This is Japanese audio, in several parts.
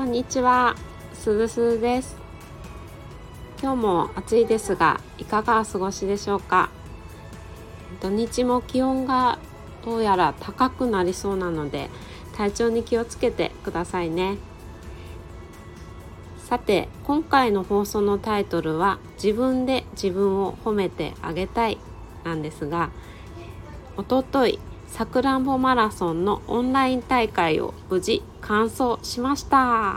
んにちは、すずすずです。今日も暑いですが、いかがお過ごしでしょうか。土日も気温がどうやら高くなりそうなので、体調に気をつけてくださいね。さて、今回の放送のタイトルは、自分で自分を褒めてあげたいなんですが、おとといさくらんぼマラソンのオンライン大会を無事完走しました。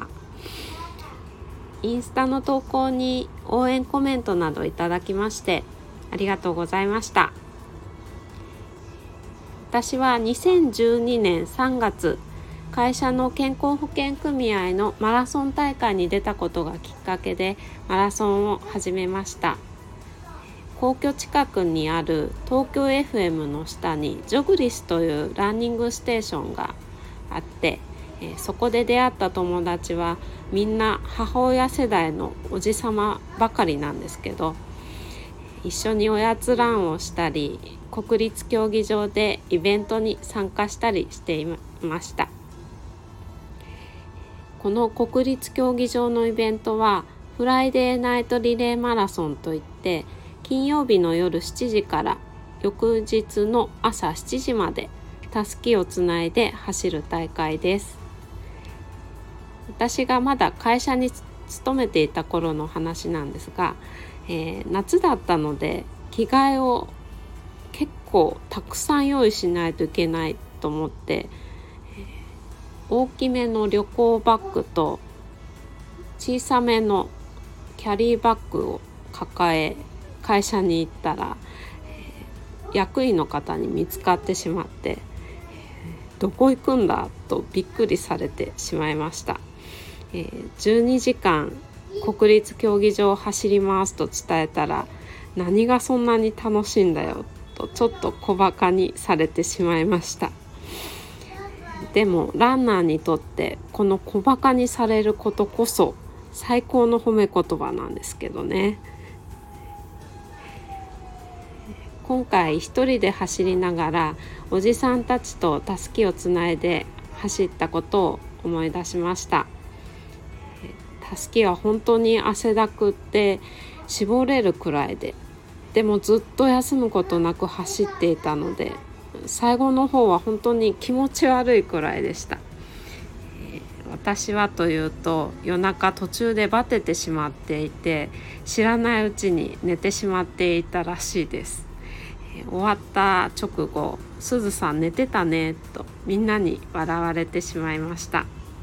インスタの投稿に応援コメントなどいただきましてありがとうございました。私は2012年3月会社の健康保険組合のマラソン大会に出たことがきっかけでマラソンを始めました。皇居近くにある東京 FM の下にジョグリスというランニングステーションがあって、そこで出会った友達はみんな母親世代のおじさまばかりなんですけど、一緒におやつランをしたり国立競技場でイベントに参加したりしていました。この国立競技場のイベントはフライデーナイトリレーマラソンといって、金曜日の夜7時から翌日の朝7時までたすきをつないで走る大会です。私がまだ会社に勤めていた頃の話なんですが、夏だったので着替えを結構たくさん用意しないといけないと思って、大きめの旅行バッグと小さめのキャリーバッグを抱え会社に行ったら、役員の方に見つかってしまって、どこ行くんだとびっくりされてしまいました。12時間国立競技場を走りますと伝えたら、何がそんなに楽しいんだよとちょっと小バカにされてしまいました。でもランナーにとってこの小バカにされることこそ最高の褒め言葉なんですけどね。今回一人で走りながらおじさんたちとたすきをつないで走ったことを思い出しました。たすきは本当に汗だくって絞れるくらいでもずっと休むことなく走っていたので、最後の方は本当に気持ち悪いくらいでした。私はというと夜中途中でバテてしまっていて、知らないうちに寝てしまっていたらしいです。終わった直後、すずさん寝てたねとみんなに笑われてしまいました。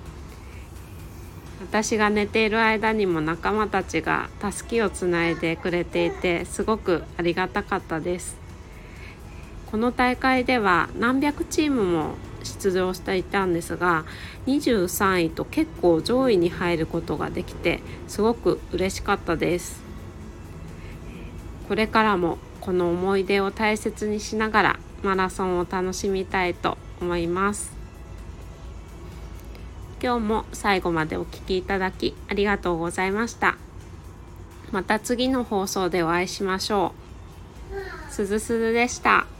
私が寝ている間にも仲間たちがたすきをつないでくれていて、すごくありがたかったです。この大会では何百チームも出場していたんですが、23位と結構上位に入ることができてすごく嬉しかったです。これからもこの思い出を大切にしながらマラソンを楽しみたいと思います。今日も最後までお聞きいただきありがとうございました。また次の放送でお会いしましょう。すずすずでした。